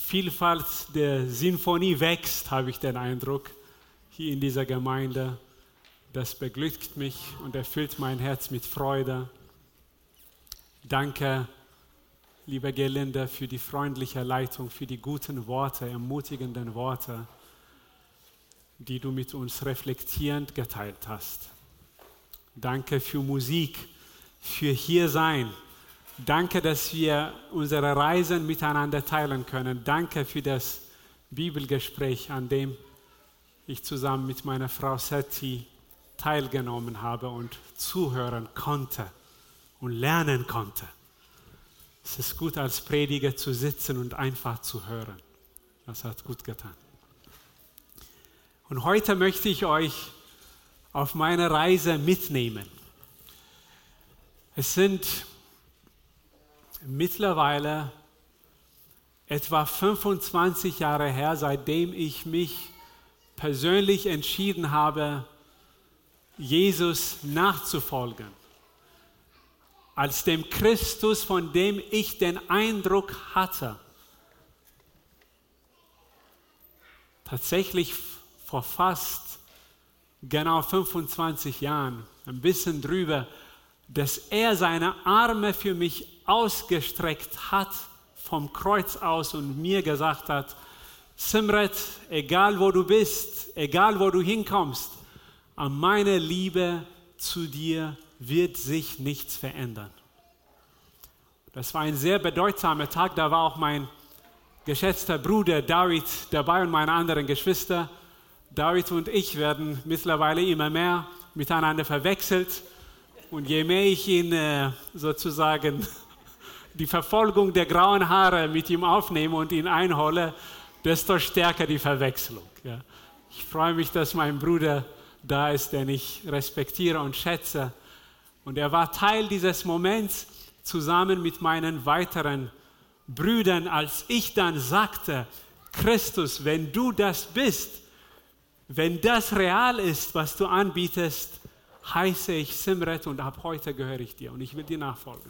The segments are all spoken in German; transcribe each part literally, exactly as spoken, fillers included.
Vielfalt der Sinfonie wächst, habe ich den Eindruck, hier in dieser Gemeinde. Das beglückt mich und erfüllt mein Herz mit Freude. Danke, lieber Gerlinde, für die freundliche Leitung, für die guten Worte, ermutigenden Worte, die du mit uns reflektierend geteilt hast. Danke für Musik, für Hiersein. Danke, dass wir unsere Reisen miteinander teilen können. Danke für das Bibelgespräch, an dem ich zusammen mit meiner Frau Seti teilgenommen habe und zuhören konnte und lernen konnte. Es ist gut, als Prediger zu sitzen und einfach zu hören. Das hat gut getan. Und heute möchte ich euch auf meine Reise mitnehmen. Es sind mittlerweile etwa fünfundzwanzig Jahre her, seitdem ich mich persönlich entschieden habe, Jesus nachzufolgen. Als dem Christus, von dem ich den Eindruck hatte, tatsächlich vor fast genau fünfundzwanzig Jahren, ein bisschen drüber, dass er seine Arme für mich ausgestreckt hat vom Kreuz aus und mir gesagt hat, Simret, egal wo du bist, egal wo du hinkommst, an meiner Liebe zu dir wird sich nichts verändern. Das war ein sehr bedeutsamer Tag, da war auch mein geschätzter Bruder David dabei und meine anderen Geschwister. David und ich werden mittlerweile immer mehr miteinander verwechselt und je mehr ich ihn äh, sozusagen die Verfolgung der grauen Haare mit ihm aufnehme und ihn einhole, desto stärker die Verwechslung. Ja. Ich freue mich, dass mein Bruder da ist, den ich respektiere und schätze. Und er war Teil dieses Moments zusammen mit meinen weiteren Brüdern, als ich dann sagte, Christus, wenn du das bist, wenn das real ist, was du anbietest, heiße ich Simret und ab heute gehöre ich dir und ich will dir nachfolgen.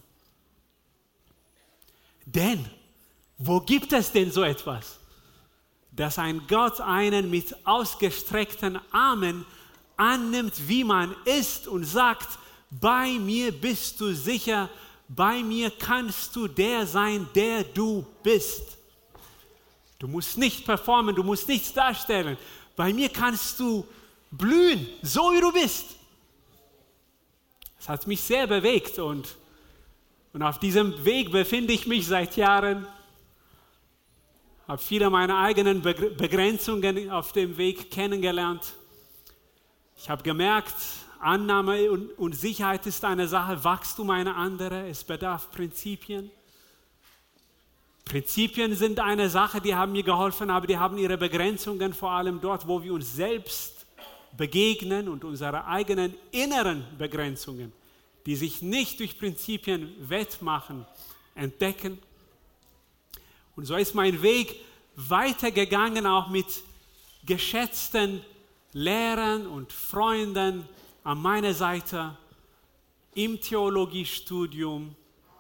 Denn, wo gibt es denn so etwas, dass ein Gott einen mit ausgestreckten Armen annimmt, wie man ist und sagt, bei mir bist du sicher, bei mir kannst du der sein, der du bist. Du musst nicht performen, du musst nichts darstellen. Bei mir kannst du blühen, so wie du bist. Das hat mich sehr bewegt und, und auf diesem Weg befinde ich mich seit Jahren. Habe viele meiner eigenen Begrenzungen auf dem Weg kennengelernt. Ich habe gemerkt, Annahme und, und Sicherheit ist eine Sache, Wachstum eine andere. Es bedarf Prinzipien. Prinzipien sind eine Sache, die haben mir geholfen, aber die haben ihre Begrenzungen, vor allem dort, wo wir uns selbst begegnen und unsere eigenen inneren Begrenzungen, die sich nicht durch Prinzipien wettmachen, entdecken. Und so ist mein Weg weitergegangen, auch mit geschätzten Lehrern und Freunden an meiner Seite, im Theologiestudium,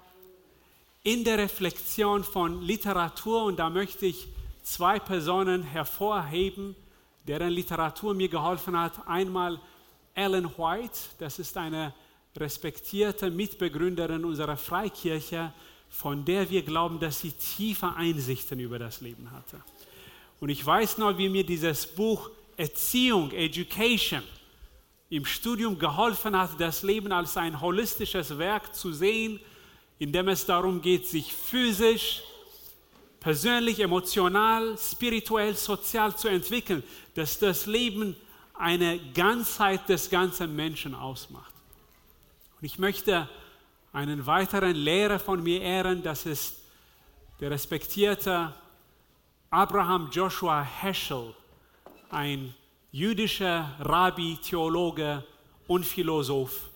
in der Reflexion von Literatur. Und da möchte ich zwei Personen hervorheben, deren Literatur mir geholfen hat. Einmal Ellen White, das ist eine respektierte Mitbegründerin unserer Freikirche, von der wir glauben, dass sie tiefe Einsichten über das Leben hatte. Und ich weiß noch, wie mir dieses Buch Erziehung, Education, im Studium geholfen hat, das Leben als ein holistisches Werk zu sehen, in dem es darum geht, sich physisch, persönlich, emotional, spirituell, sozial zu entwickeln, dass das Leben eine Ganzheit des ganzen Menschen ausmacht. Und ich möchte einen weiteren Lehrer von mir ehren, das ist der respektierte Abraham Joshua Heschel, ein jüdischer Rabbi, Theologe und Philosoph,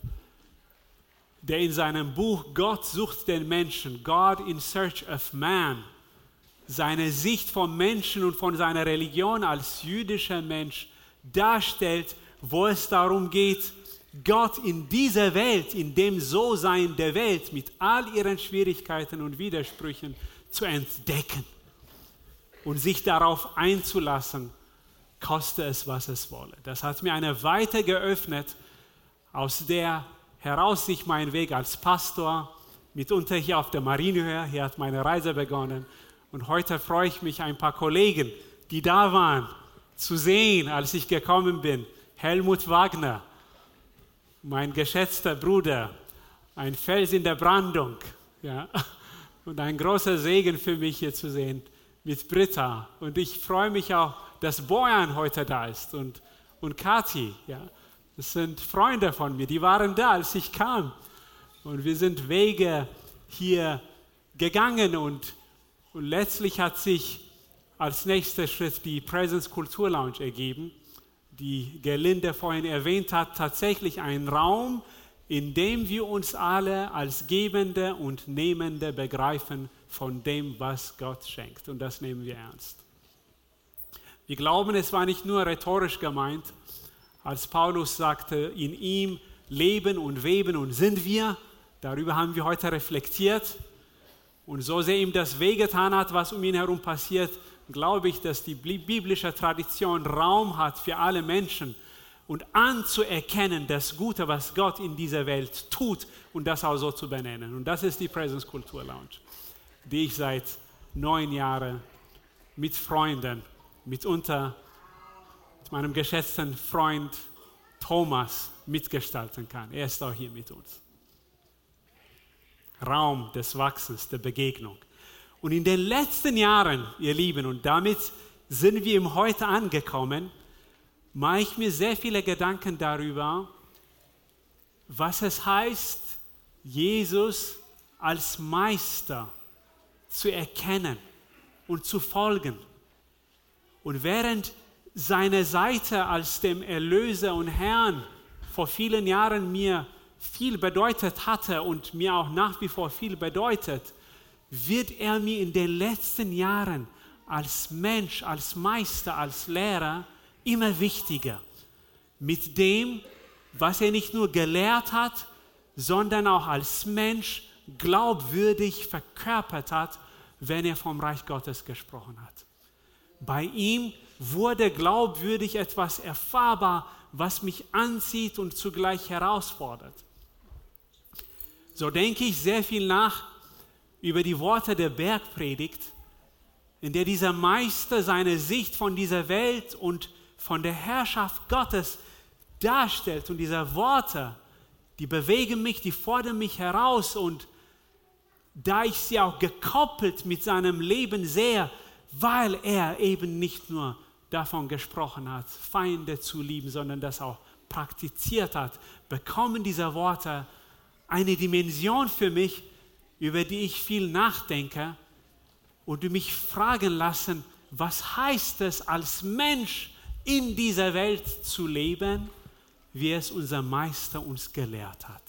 der in seinem Buch Gott sucht den Menschen, God in Search of Man, seine Sicht vom Menschen und von seiner Religion als jüdischer Mensch darstellt, wo es darum geht, Gott in dieser Welt, in dem So-Sein der Welt mit all ihren Schwierigkeiten und Widersprüchen zu entdecken. und sich darauf einzulassen, koste es, was es wolle. Das hat mir eine Weite geöffnet, aus der heraus sich mein Weg als Pastor, mitunter hier auf der Marinehöhe, hier hat meine Reise begonnen. Und heute freue ich mich, ein paar Kollegen, die da waren, zu sehen, als ich gekommen bin. Helmut Wagner, mein geschätzter Bruder, ein Fels in der Brandung, ja, und ein großer Segen für mich hier zu sehen mit Britta. Und ich freue mich auch, dass Bojan heute da ist und, und Kathi. Ja. Das sind Freunde von mir, die waren da, als ich kam. Und wir sind Wege hier gegangen und, und letztlich hat sich als nächster Schritt die Presence Kultur Lounge ergeben, die Gerlinde vorhin erwähnt hat, tatsächlich ein Raum, in dem wir uns alle als Gebende und Nehmende begreifen von dem, was Gott schenkt. Und das nehmen wir ernst. Wir glauben, es war nicht nur rhetorisch gemeint, als Paulus sagte, in ihm leben und weben und sind wir. Darüber haben wir heute reflektiert. Und so sehr ihm das wehgetan hat, was um ihn herum passiert, glaube ich, dass die biblische Tradition Raum hat für alle Menschen und anzuerkennen das Gute, was Gott in dieser Welt tut und das auch so zu benennen. Und das ist die Presence Kultur Lounge, die ich seit neun Jahren mit Freunden, mitunter mit meinem geschätzten Freund Thomas mitgestalten kann. Er ist auch hier mit uns. Raum des Wachsens, der Begegnung. Und in den letzten Jahren, ihr Lieben, und damit sind wir im Heute angekommen, mache ich mir sehr viele Gedanken darüber, was es heißt, Jesus als Meister zu erkennen und zu folgen. Und während seine Seite als dem Erlöser und Herrn vor vielen Jahren mir viel bedeutet hatte und mir auch nach wie vor viel bedeutet, wird er mir in den letzten Jahren als Mensch, als Meister, als Lehrer immer wichtiger. Mit dem, was er nicht nur gelehrt hat, sondern auch als Mensch glaubwürdig verkörpert hat, wenn er vom Reich Gottes gesprochen hat. Bei ihm wurde glaubwürdig etwas erfahrbar, was mich anzieht und zugleich herausfordert. So denke ich sehr viel nach über die Worte der Bergpredigt, in der dieser Meister seine Sicht von dieser Welt und von der Herrschaft Gottes darstellt. Und diese Worte, die bewegen mich, die fordern mich heraus. Und da ich sie auch gekoppelt mit seinem Leben sehe, weil er eben nicht nur davon gesprochen hat, Feinde zu lieben, sondern das auch praktiziert hat, bekommen diese Worte eine Dimension für mich, über die ich viel nachdenke und die mich fragen lassen, was heißt es als Mensch in dieser Welt zu leben, wie es unser Meister uns gelehrt hat.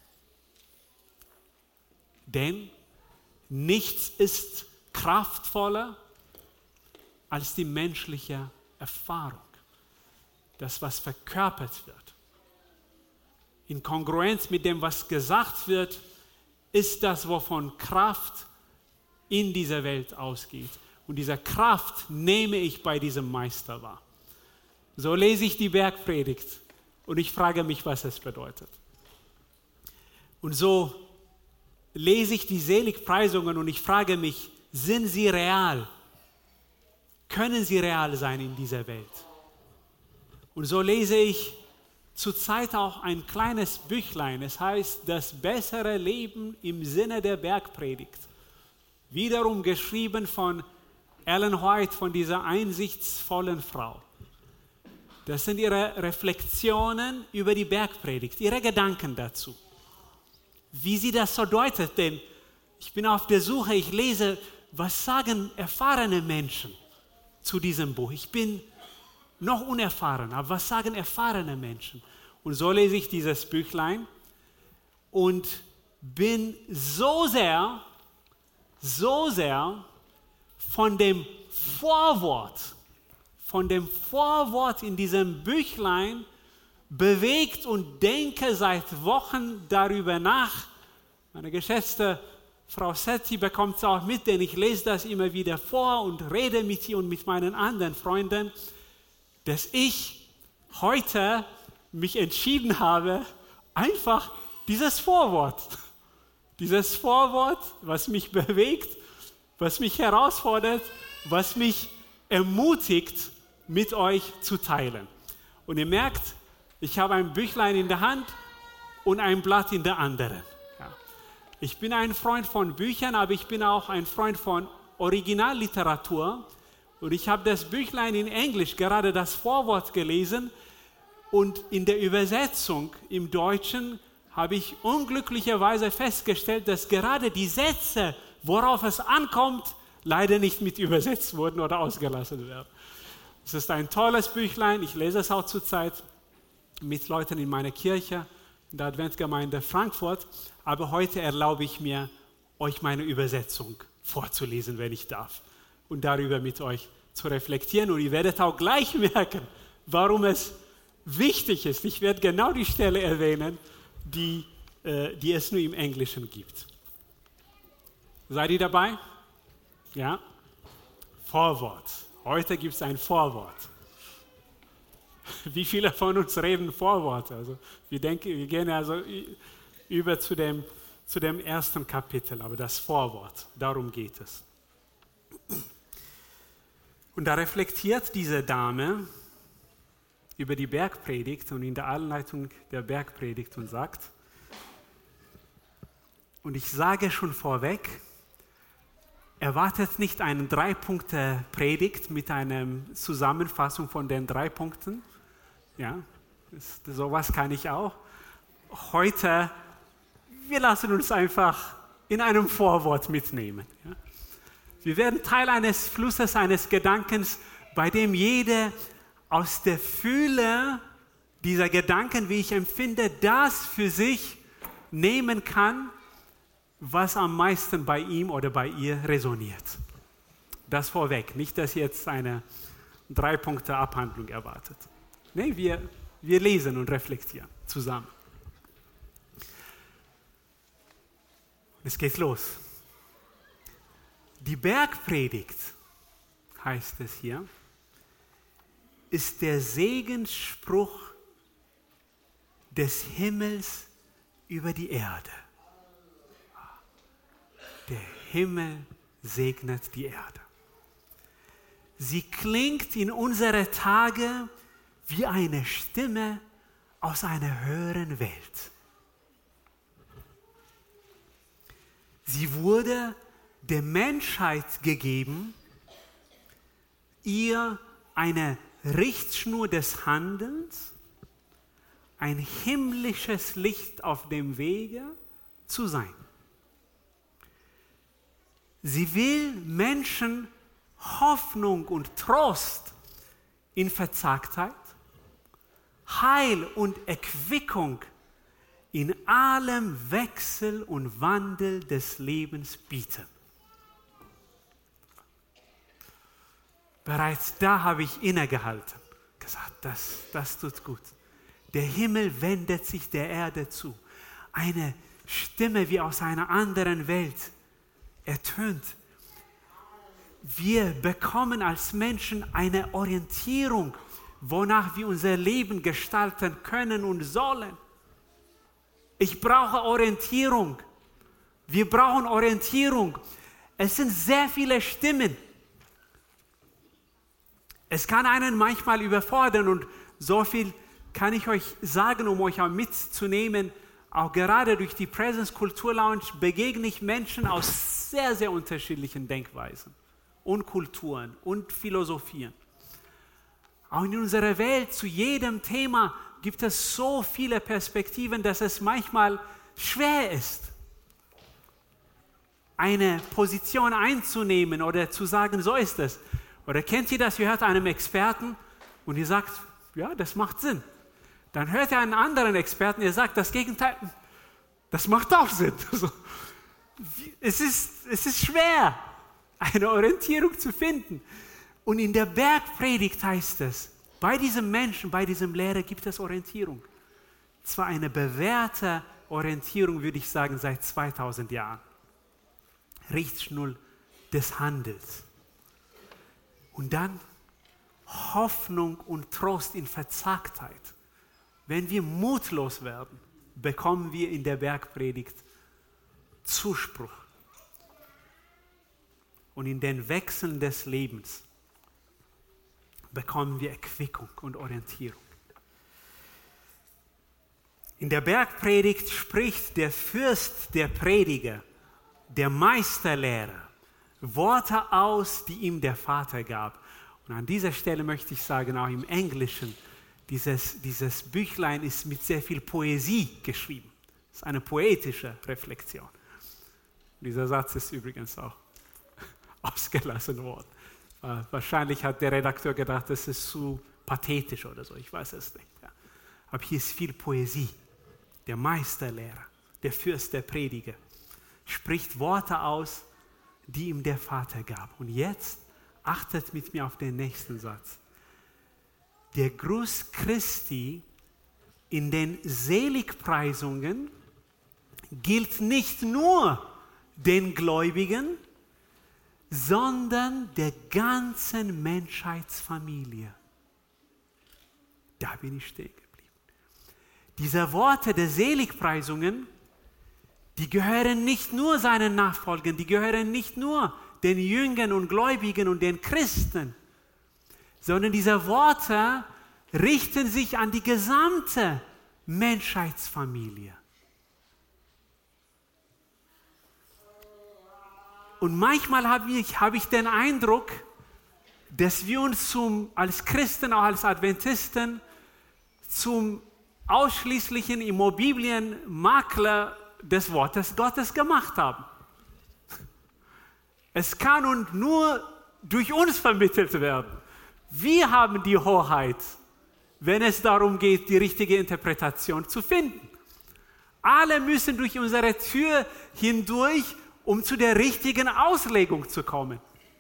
Denn nichts ist kraftvoller als die menschliche Erfahrung, das, was verkörpert wird. In Kongruenz mit dem, was gesagt wird, ist das, wovon Kraft in dieser Welt ausgeht. Und diese Kraft nehme ich bei diesem Meister wahr. So lese ich die Bergpredigt und ich frage mich, was es bedeutet. Und so lese ich die Seligpreisungen und ich frage mich, sind sie real? Können sie real sein in dieser Welt? Und so lese ich zurzeit auch ein kleines Büchlein. Es heißt, das bessere Leben im Sinne der Bergpredigt. Wiederum geschrieben von Ellen White, von dieser einsichtsvollen Frau. Das sind ihre Reflexionen über die Bergpredigt, ihre Gedanken dazu. Wie sie das so deutet, denn ich bin auf der Suche, ich lese, was sagen erfahrene Menschen zu diesem Buch. Ich bin noch unerfahren, aber was sagen erfahrene Menschen? Und so lese ich dieses Büchlein und bin so sehr, so sehr von dem Vorwort, von dem Vorwort in diesem Büchlein bewegt und denke seit Wochen darüber nach. Meine geschätzte Frau Setti bekommt es auch mit, denn ich lese das immer wieder vor und rede mit ihr und mit meinen anderen Freunden, dass ich heute mich entschieden habe, einfach dieses Vorwort, dieses Vorwort, was mich bewegt, was mich herausfordert, was mich ermutigt, mit euch zu teilen. Und ihr merkt, ich habe ein Büchlein in der Hand und ein Blatt in der anderen. Ja. Ich bin ein Freund von Büchern, aber ich bin auch ein Freund von Originalliteratur. Und ich habe das Büchlein in Englisch, gerade das Vorwort gelesen. Und in der Übersetzung im Deutschen habe ich unglücklicherweise festgestellt, dass gerade die Sätze, worauf es ankommt, leider nicht mit übersetzt wurden oder ausgelassen werden. Es ist ein tolles Büchlein, ich lese es auch zurzeit mit Leuten in meiner Kirche, in der Adventgemeinde Frankfurt, aber heute erlaube ich mir, euch meine Übersetzung vorzulesen, wenn ich darf, und darüber mit euch zu reflektieren. Und ihr werdet auch gleich merken, warum es wichtig ist. Ich werde genau die Stelle erwähnen, die, äh, die es nur im Englischen gibt. Seid ihr dabei? Ja? Vorwort. Heute gibt es ein Vorwort. Wie viele von uns reden Vorwort? Also wir, denken, wir gehen also über zu dem, zu dem ersten Kapitel, aber das Vorwort, darum geht es. Und da reflektiert diese Dame über die Bergpredigt und in der Einleitung der Bergpredigt und sagt, und ich sage schon vorweg, erwartet nicht eine Drei-Punkte-Predigt mit einer Zusammenfassung von den drei Punkten. Ja, das, sowas kann ich auch. Heute, wir lassen uns einfach in einem Vorwort mitnehmen. Ja. Wir werden Teil eines Flusses, eines Gedankens, bei dem jeder aus der Fülle dieser Gedanken, wie ich empfinde, das für sich nehmen kann, was am meisten bei ihm oder bei ihr resoniert. Das vorweg, nicht, dass ihr jetzt eine Drei-Punkte-Abhandlung erwartet. Nein, wir, wir lesen und reflektieren zusammen. Es geht los. Die Bergpredigt, heißt es hier, ist der Segensspruch des Himmels über die Erde. Der Himmel segnet die Erde. Sie klingt in unsere Tage wie eine Stimme aus einer höheren Welt. Sie wurde der Menschheit gegeben, ihr eine Richtschnur des Handelns, ein himmlisches Licht auf dem Wege zu sein. Sie will Menschen Hoffnung und Trost in Verzagtheit, Heil und Erquickung in allem Wechsel und Wandel des Lebens bieten. Bereits da habe ich innegehalten, gesagt, das, das tut gut. Der Himmel wendet sich der Erde zu. Eine Stimme wie aus einer anderen Welt ertönt. Wir bekommen als Menschen eine Orientierung, wonach wir unser Leben gestalten können und sollen. Ich brauche Orientierung. Wir brauchen Orientierung. Es sind sehr viele Stimmen. Es kann einen manchmal überfordern und so viel kann ich euch sagen, um euch auch mitzunehmen. Auch gerade durch die Presence Kultur Lounge begegne ich Menschen aus sehr, sehr unterschiedlichen Denkweisen und Kulturen und Philosophien. Auch in unserer Welt zu jedem Thema gibt es so viele Perspektiven, dass es manchmal schwer ist, eine Position einzunehmen oder zu sagen, so ist es. Oder kennt ihr das? Ihr hört einem Experten und ihr sagt, ja, das macht Sinn. Dann hört ihr einen anderen Experten, der sagt, das Gegenteil, das macht auch Sinn. Also, es ist, es ist schwer, eine Orientierung zu finden. Und in der Bergpredigt heißt es, bei diesem Menschen, bei diesem Lehrer gibt es Orientierung. Zwar eine bewährte Orientierung, würde ich sagen, seit zweitausend Jahren. Richtschnur des Handels. Und dann Hoffnung und Trost in Verzagtheit. Wenn wir mutlos werden, bekommen wir in der Bergpredigt Zuspruch. Und in den Wechseln des Lebens bekommen wir Erquickung und Orientierung. In der Bergpredigt spricht der Fürst der Prediger, der Meisterlehrer, Worte aus, die ihm der Vater gab. Und an dieser Stelle möchte ich sagen, auch im Englischen, dieses, dieses Büchlein ist mit sehr viel Poesie geschrieben. Es ist eine poetische Reflexion. Dieser Satz ist übrigens auch ausgelassen worden. Wahrscheinlich hat der Redakteur gedacht, das ist zu pathetisch oder so, ich weiß es nicht. Ja. Aber hier ist viel Poesie. Der Meisterlehrer, der Fürst der Prediger, spricht Worte aus, die ihm der Vater gab. Und jetzt achtet mit mir auf den nächsten Satz. Der Gruß Christi in den Seligpreisungen gilt nicht nur den Gläubigen, sondern der ganzen Menschheitsfamilie. Da bin ich stehen geblieben. Diese Worte der Seligpreisungen, die gehören nicht nur seinen Nachfolgern, die gehören nicht nur den Jüngern und Gläubigen und den Christen, sondern diese Worte richten sich an die gesamte Menschheitsfamilie. Und manchmal habe ich, habe ich den Eindruck, dass wir uns zum, als Christen, auch als Adventisten, zum ausschließlichen Immobilienmakler des Wortes Gottes gemacht haben. Es kann und nur durch uns vermittelt werden. Wir haben die Hoheit, wenn es darum geht, die richtige Interpretation zu finden. Alle müssen durch unsere Tür hindurch, um zu der richtigen Auslegung zu kommen.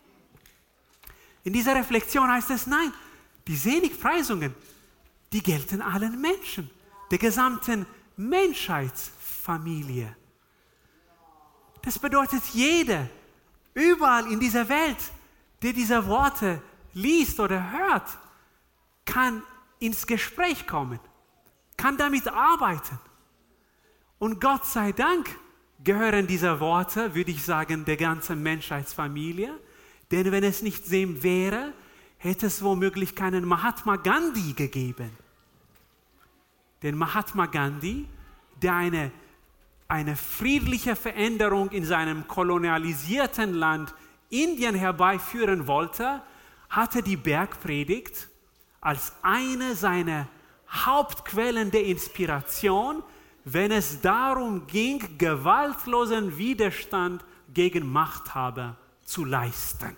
In dieser Reflexion heißt es, nein, die Seligpreisungen, die gelten allen Menschen, der gesamten Menschheitsfamilie. Das bedeutet, jeder, überall in dieser Welt, der diese Worte liest oder hört, kann ins Gespräch kommen, kann damit arbeiten. Und Gott sei Dank gehören diese Worte, würde ich sagen, der ganzen Menschheitsfamilie. Denn wenn es nicht dem wäre, hätte es womöglich keinen Mahatma Gandhi gegeben. Denn Mahatma Gandhi, der eine, eine friedliche Veränderung in seinem kolonialisierten Land Indien herbeiführen wollte, hatte die Bergpredigt als eine seiner Hauptquellen der Inspiration, wenn es darum ging, gewaltlosen Widerstand gegen Machthaber zu leisten.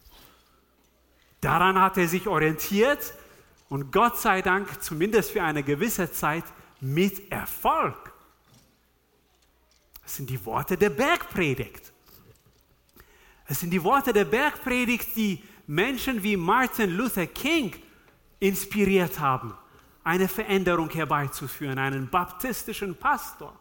Daran hat er sich orientiert und Gott sei Dank, zumindest für eine gewisse Zeit, mit Erfolg. Das sind die Worte der Bergpredigt. Es sind die Worte der Bergpredigt, die Menschen wie Martin Luther King inspiriert haben, eine Veränderung herbeizuführen, einen baptistischen Pastor.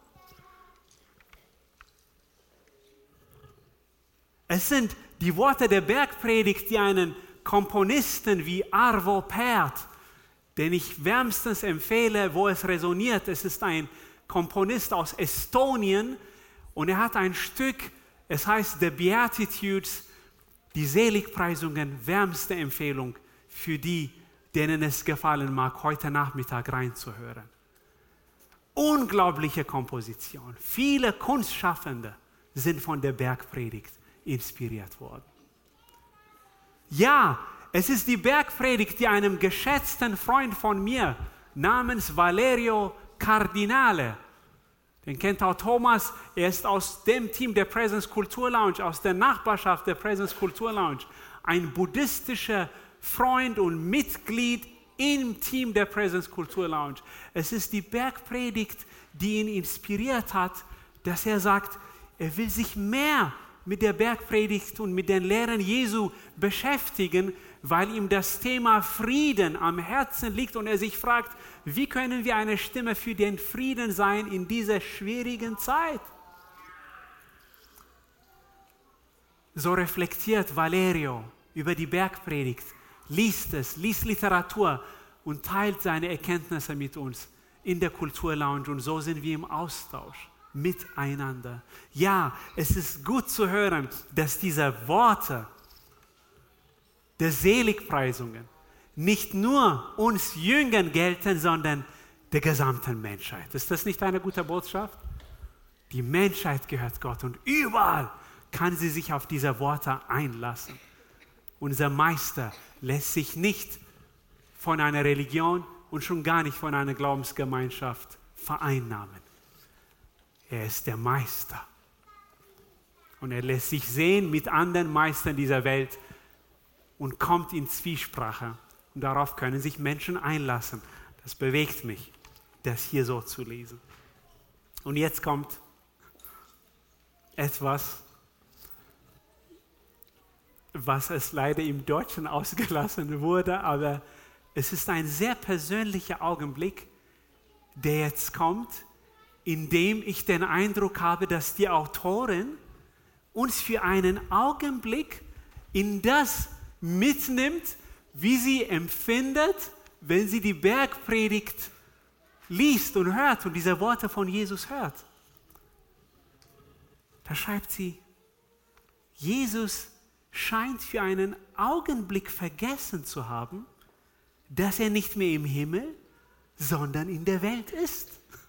Es sind die Worte der Bergpredigt, die einen Komponisten wie Arvo Pärt, den ich wärmstens empfehle, wo es resoniert. Es ist ein Komponist aus Estonien und er hat ein Stück, es heißt The Beatitudes, die Seligpreisungen, wärmste Empfehlung für die, denen es gefallen mag, heute Nachmittag reinzuhören. Unglaubliche Komposition. Viele Kunstschaffende sind von der Bergpredigt inspiriert worden. Ja, es ist die Bergpredigt, die einem geschätzten Freund von mir namens Valerio Cardinale, den kennt auch Thomas, er ist aus dem Team der Presence Kultur Lounge, aus der Nachbarschaft der Presence Kultur Lounge, ein buddhistischer Freund und Mitglied im Team der Presence Kultur Lounge. Es ist die Bergpredigt, die ihn inspiriert hat, dass er sagt, er will sich mehr mit der Bergpredigt und mit den Lehren Jesu beschäftigen, weil ihm das Thema Frieden am Herzen liegt und er sich fragt, wie können wir eine Stimme für den Frieden sein in dieser schwierigen Zeit? So reflektiert Valerio über die Bergpredigt, liest es, liest Literatur und teilt seine Erkenntnisse mit uns in der Kulturlounge. Und so sind wir im Austausch miteinander. Ja, es ist gut zu hören, dass diese Worte der Seligpreisungen nicht nur uns Jüngern gelten, sondern der gesamten Menschheit. Ist das nicht eine gute Botschaft? Die Menschheit gehört Gott und überall kann sie sich auf diese Worte einlassen. Unser Meister lässt sich nicht von einer Religion und schon gar nicht von einer Glaubensgemeinschaft vereinnahmen. Er ist der Meister. Und er lässt sich sehen mit anderen Meistern dieser Welt und kommt in Zwiesprache. Und darauf können sich Menschen einlassen. Das bewegt mich, das hier so zu lesen. Und jetzt kommt etwas, was es leider im Deutschen ausgelassen wurde, aber es ist ein sehr persönlicher Augenblick, der jetzt kommt, in dem ich den Eindruck habe, dass die Autorin uns für einen Augenblick in das mitnimmt, wie sie empfindet, wenn sie die Bergpredigt liest und hört und diese Worte von Jesus hört. Da schreibt sie, Jesus scheint für einen Augenblick vergessen zu haben, dass er nicht mehr im Himmel, sondern in der Welt ist.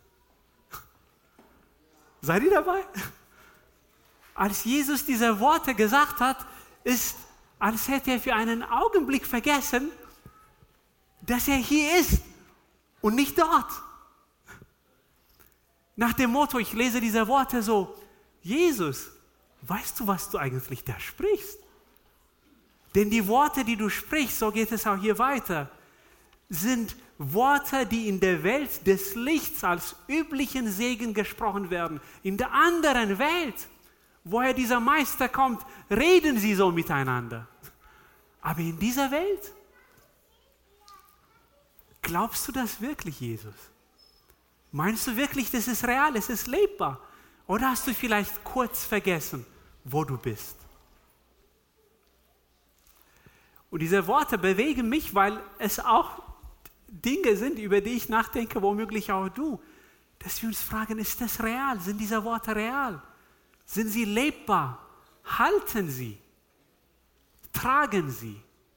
Seid ihr dabei? Als Jesus diese Worte gesagt hat, ist, als hätte er für einen Augenblick vergessen, dass er hier ist und nicht dort. Nach dem Motto, ich lese diese Worte so, Jesus, weißt du, was du eigentlich da sprichst? Denn die Worte, die du sprichst, so geht es auch hier weiter, sind Worte, die in der Welt des Lichts als üblichen Segen gesprochen werden. In der anderen Welt, woher dieser Meister kommt, reden sie so miteinander. Aber in dieser Welt, glaubst du das wirklich, Jesus? Meinst du wirklich, das ist real, es ist lebbar? Oder hast du vielleicht kurz vergessen, wo du bist? Und diese Worte bewegen mich, weil es auch Dinge sind, über die ich nachdenke, womöglich auch du, dass wir uns fragen, ist das real? Sind diese Worte real? Sind sie lebbar? Halten sie? Tragen sie?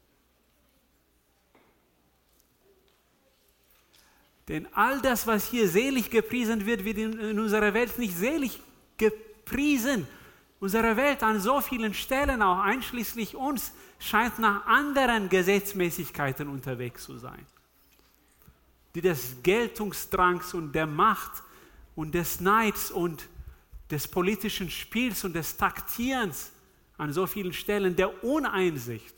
Denn all das, was hier selig gepriesen wird, wird in, in unserer Welt nicht selig gepriesen. Unsere Welt an so vielen Stellen, auch einschließlich uns, scheint nach anderen Gesetzmäßigkeiten unterwegs zu sein, die des Geltungsdrangs und der Macht und des Neids und des politischen Spiels und des Taktierens an so vielen Stellen, der Uneinsicht,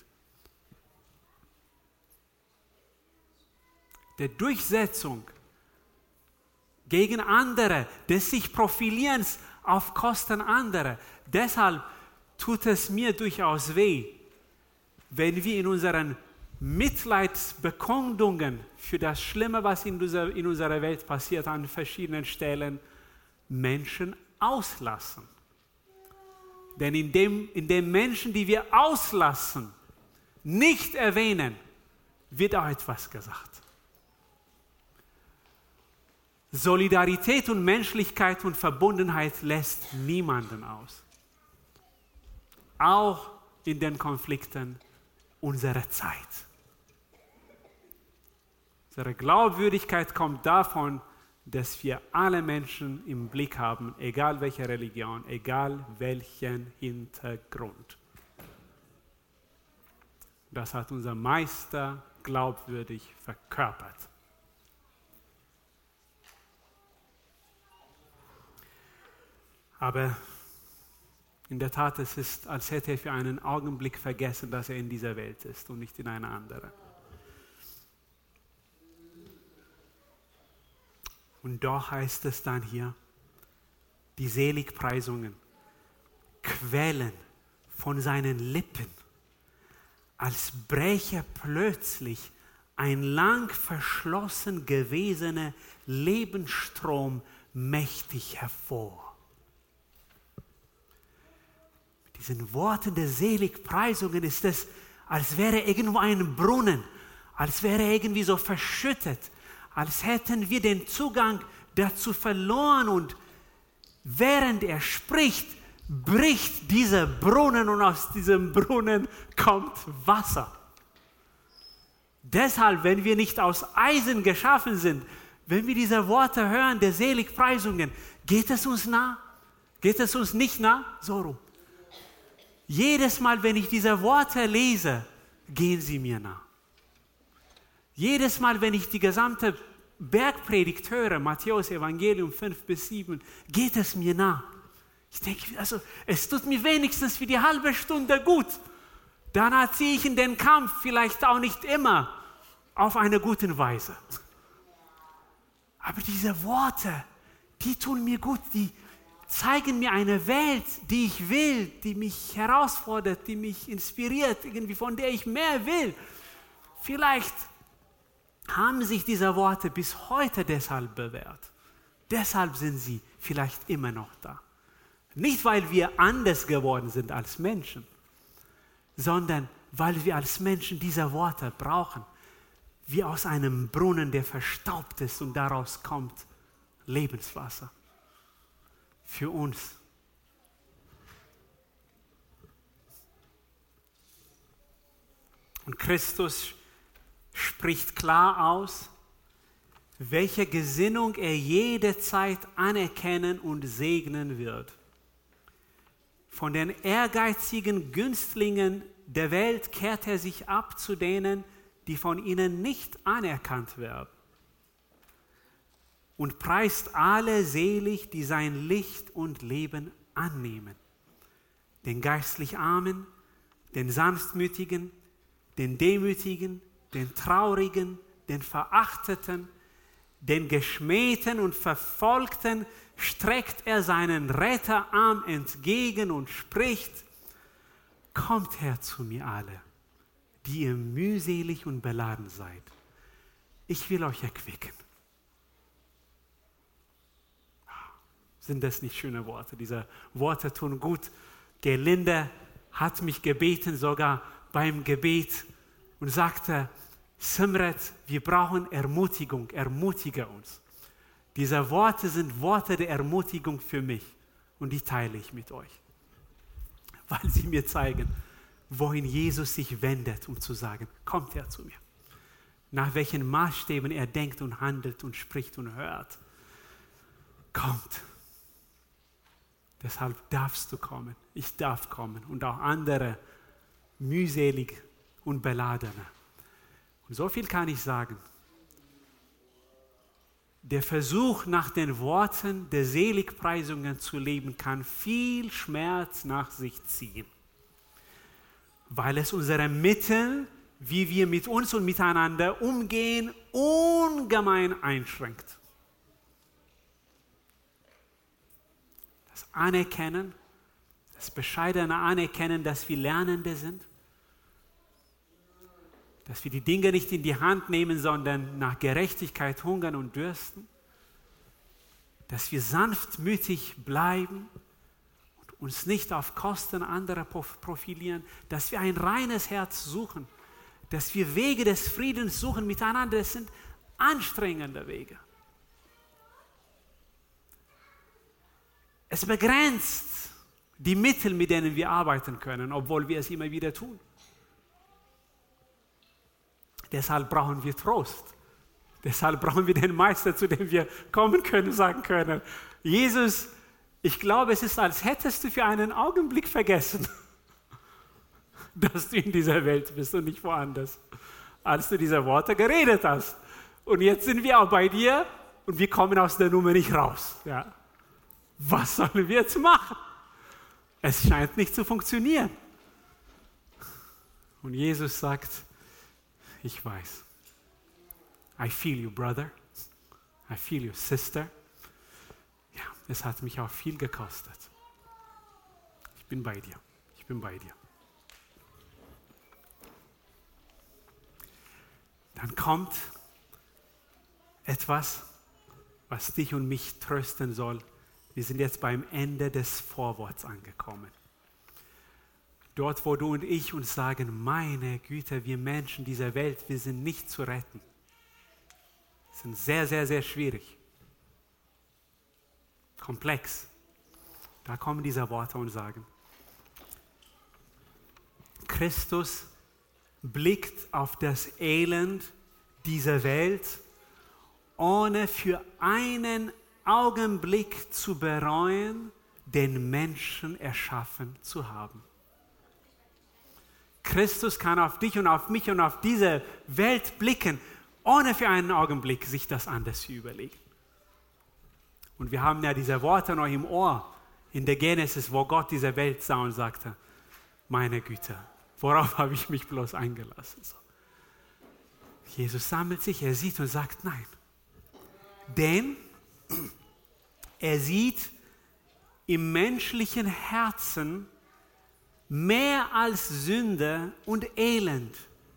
der Durchsetzung gegen andere, des sich Profilierens auf Kosten anderer. Deshalb tut es mir durchaus weh, wenn wir in unseren Mitleidsbekundungen für das Schlimme, was in unserer, in unserer Welt passiert, an verschiedenen Stellen Menschen auslassen. Denn in dem, in den Menschen, die wir auslassen, nicht erwähnen, wird auch etwas gesagt. Solidarität und Menschlichkeit und Verbundenheit lässt niemanden aus. Auch in den Konflikten unserer Zeit. Unsere Glaubwürdigkeit kommt davon, dass wir alle Menschen im Blick haben, egal welche Religion, egal welchen Hintergrund. Das hat unser Meister glaubwürdig verkörpert. Aber in der Tat, es ist, als hätte er für einen Augenblick vergessen, dass er in dieser Welt ist und nicht in einer anderen. Und doch heißt es dann hier, die Seligpreisungen quellen von seinen Lippen, als bräche plötzlich ein lang verschlossen gewesener Lebensstrom mächtig hervor. diesen Worten der Seligpreisungen ist es, als wäre irgendwo ein Brunnen, als wäre er irgendwie so verschüttet, als hätten wir den Zugang dazu verloren und während er spricht, bricht dieser Brunnen und aus diesem Brunnen kommt Wasser. Deshalb, wenn wir nicht aus Eisen geschaffen sind, wenn wir diese Worte hören, der Seligpreisungen, geht es uns nah? Geht es uns nicht nah? So rum. Jedes Mal, wenn ich diese Worte lese, gehen sie mir nah. Jedes Mal, wenn ich die gesamte Bergpredigt höre, Matthäus Evangelium fünf bis sieben, geht es mir nah. Ich denke, also, es tut mir wenigstens für die halbe Stunde gut. Danach ziehe ich in den Kampf, vielleicht auch nicht immer, auf eine gute Weise. Aber diese Worte, die tun mir gut, die zeigen mir eine Welt, die ich will, die mich herausfordert, die mich inspiriert, irgendwie von der ich mehr will. Vielleicht haben sich diese Worte bis heute deshalb bewährt. Deshalb sind sie vielleicht immer noch da. Nicht, weil wir anders geworden sind als Menschen, sondern weil wir als Menschen diese Worte brauchen. Wie aus einem Brunnen, der verstaubt ist und daraus kommt Lebenswasser. Für uns. Und Christus spricht klar aus, welche Gesinnung er jederzeit anerkennen und segnen wird. Von den ehrgeizigen Günstlingen der Welt kehrt er sich ab zu denen, die von ihnen nicht anerkannt werden. Und preist alle selig, die sein Licht und Leben annehmen. Den geistlich Armen, den Sanftmütigen, den Demütigen, den Traurigen, den Verachteten, den Geschmähten und Verfolgten streckt er seinen Retterarm entgegen und spricht: Kommt her zu mir alle, die ihr mühselig und beladen seid. Ich will euch erquicken. Sind das nicht schöne Worte? Diese Worte tun gut. Gelinde hat mich gebeten, sogar beim Gebet, und sagte: Simret, wir brauchen Ermutigung, ermutige uns. Diese Worte sind Worte der Ermutigung für mich und die teile ich mit euch, weil sie mir zeigen, wohin Jesus sich wendet, um zu sagen: Kommt her zu mir. Nach welchen Maßstäben er denkt und handelt und spricht und hört. Kommt. Deshalb darfst du kommen. Ich darf kommen und auch andere mühselig und beladene. Und so viel kann ich sagen. Der Versuch, nach den Worten der Seligpreisungen zu leben, kann viel Schmerz nach sich ziehen, weil es unsere Mittel, wie wir mit uns und miteinander umgehen, ungemein einschränkt. Das Anerkennen, das bescheidene Anerkennen, dass wir Lernende sind, dass wir die Dinge nicht in die Hand nehmen, sondern nach Gerechtigkeit hungern und dürsten, dass wir sanftmütig bleiben und uns nicht auf Kosten anderer profilieren, dass wir ein reines Herz suchen, dass wir Wege des Friedens suchen miteinander. Das sind anstrengende Wege. Es begrenzt die Mittel, mit denen wir arbeiten können, obwohl wir es immer wieder tun. Deshalb brauchen wir Trost. Deshalb brauchen wir den Meister, zu dem wir kommen können, sagen können: Jesus, ich glaube, es ist, als hättest du für einen Augenblick vergessen, dass du in dieser Welt bist und nicht woanders, als du diese Worte geredet hast. Und jetzt sind wir auch bei dir und wir kommen aus der Nummer nicht raus. Ja. Was sollen wir jetzt machen? Es scheint nicht zu funktionieren. Und Jesus sagt: Ich weiß. I feel you, brother. I feel you, sister. Ja, es hat mich auch viel gekostet. Ich bin bei dir. Ich bin bei dir. Dann kommt etwas, was dich und mich trösten soll. Wir sind jetzt beim Ende des Vorworts angekommen. Dort, wo du und ich uns sagen, meine Güte, wir Menschen dieser Welt, wir sind nicht zu retten. Wir sind sehr, sehr, sehr schwierig. Komplex. Da kommen diese Worte und sagen, Christus blickt auf das Elend dieser Welt, ohne für einen Augenblick zu bereuen, den Menschen erschaffen zu haben. Christus kann auf dich und auf mich und auf diese Welt blicken, ohne für einen Augenblick sich das anders zu überlegen. Und wir haben ja diese Worte noch im Ohr in der Genesis, wo Gott diese Welt sah und sagte, meine Güte, worauf habe ich mich bloß eingelassen? So. Jesus sammelt sich, er sieht und sagt, nein. Denn er sieht im menschlichen Herzen mehr als Sünde und Elend.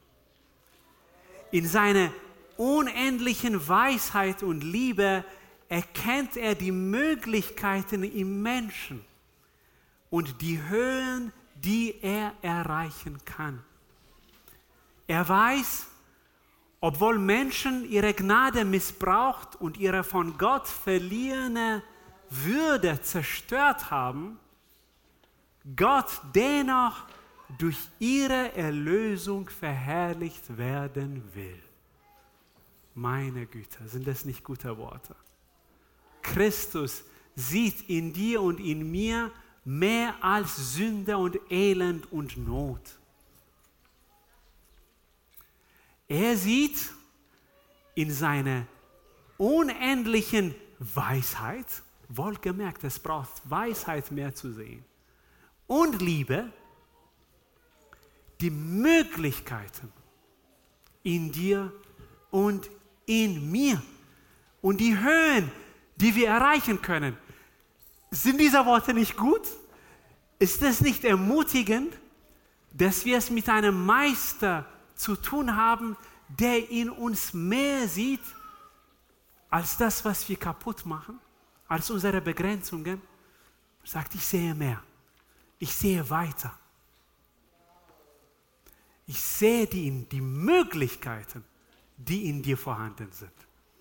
In seiner unendlichen Weisheit und Liebe erkennt er die Möglichkeiten im Menschen und die Höhen, die er erreichen kann. Er weiß, obwohl Menschen ihre Gnade missbraucht und ihre von Gott verliehene Würde zerstört haben, Gott dennoch durch ihre Erlösung verherrlicht werden will. Meine Güte, sind das nicht gute Worte? Christus sieht in dir und in mir mehr als Sünde und Elend und Not. Er sieht in seiner unendlichen Weisheit, wohlgemerkt, es braucht Weisheit mehr zu sehen, und Liebe, die Möglichkeiten in dir und in mir und die Höhen, die wir erreichen können. Sind diese Worte nicht gut? Ist es nicht ermutigend, dass wir es mit einem Meister zu tun haben, der in uns mehr sieht, als das, was wir kaputt machen, als unsere Begrenzungen? Er sagt, ich sehe mehr. Ich sehe weiter. Ich sehe die, die Möglichkeiten, die in dir vorhanden sind.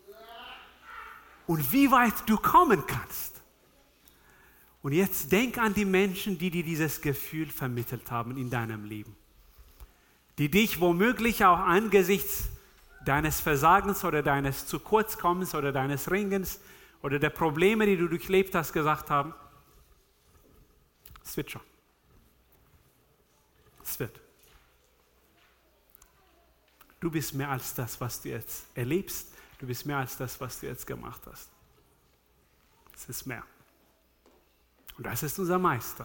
Und wie weit du kommen kannst. Und jetzt denk an die Menschen, die dir dieses Gefühl vermittelt haben in deinem Leben. Die dich womöglich auch angesichts deines Versagens oder deines zu kurz kommens oder deines Ringens oder der Probleme, die du durchlebt hast, gesagt haben, es wird schon. Es wird. Du bist mehr als das, was du jetzt erlebst. Du bist mehr als das, was du jetzt gemacht hast. Es ist mehr. Und das ist unser Meister.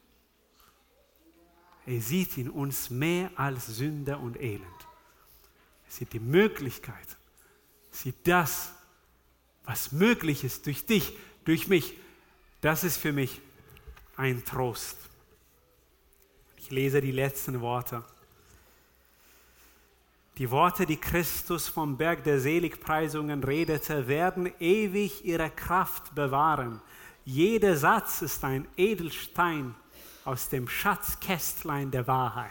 Er sieht in uns mehr als Sünde und Elend. Er sieht die Möglichkeit. Er sieht das, was möglich ist durch dich, durch mich. Das ist für mich ein Trost. Ich lese die letzten Worte. Die Worte, die Christus vom Berg der Seligpreisungen redete, werden ewig ihre Kraft bewahren. Jeder Satz ist ein Edelstein aus dem Schatzkästlein der Wahrheit.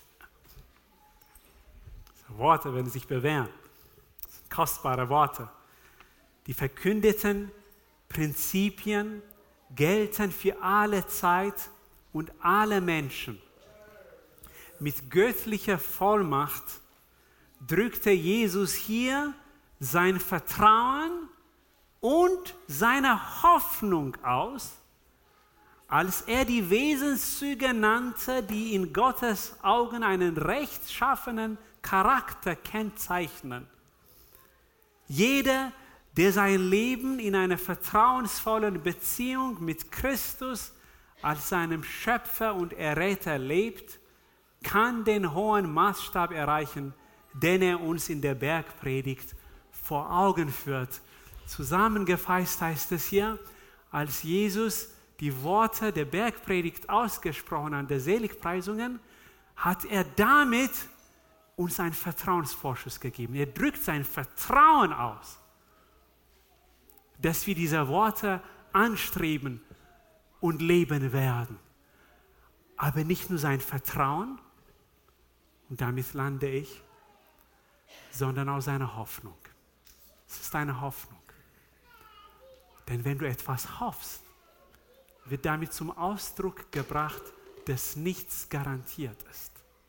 Diese Worte werden sich bewähren. Das sind kostbare Worte. Die verkündeten Prinzipien gelten für alle Zeit und alle Menschen. Mit göttlicher Vollmacht drückte Jesus hier sein Vertrauen und seine Hoffnung aus, als er die Wesenszüge nannte, die in Gottes Augen einen rechtschaffenen Charakter kennzeichnen. Jeder, der sein Leben in einer vertrauensvollen Beziehung mit Christus als seinem Schöpfer und Erretter lebt, kann den hohen Maßstab erreichen, den er uns in der Bergpredigt vor Augen führt. Zusammengefasst heißt es hier, als Jesus die Worte der Bergpredigt ausgesprochen hat, der Seligpreisungen, hat er damit uns einen Vertrauensvorschuss gegeben. Er drückt sein Vertrauen aus, dass wir diese Worte anstreben und leben werden. aber nicht nur sein Vertrauen, und damit lande ich, sondern auch seine Hoffnung. Es ist eine Hoffnung. Denn wenn du etwas hoffst, wird damit zum Ausdruck gebracht, dass nichts garantiert ist.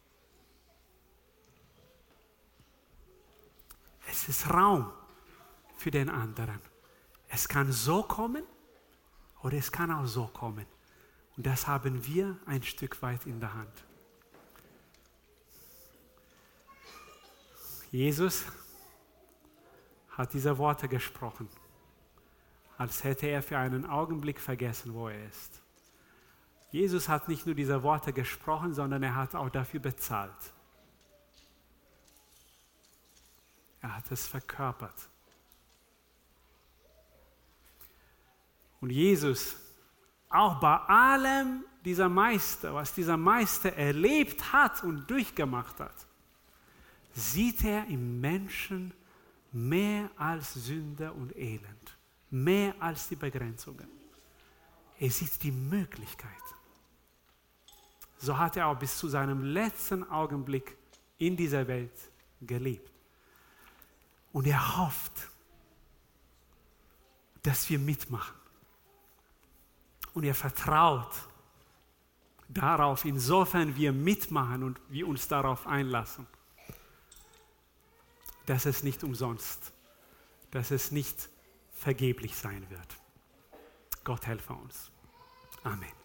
Es ist Raum für den anderen. Es kann so kommen oder es kann auch so kommen. Und das haben wir ein Stück weit in der Hand. Jesus hat diese Worte gesprochen, als hätte er für einen Augenblick vergessen, wo er ist. Jesus hat nicht nur diese Worte gesprochen, sondern er hat auch dafür bezahlt. Er hat es verkörpert. Und Jesus, auch bei allem dieser Meister, was dieser Meister erlebt hat und durchgemacht hat, sieht er im Menschen mehr als Sünde und Elend, mehr als die Begrenzungen. Er sieht die Möglichkeit. So hat er auch bis zu seinem letzten Augenblick in dieser Welt gelebt. Und er hofft, dass wir mitmachen. Und er vertraut darauf, insofern wir mitmachen und wir uns darauf einlassen, dass es nicht umsonst, dass es nicht vergeblich sein wird. Gott helfe uns. Amen.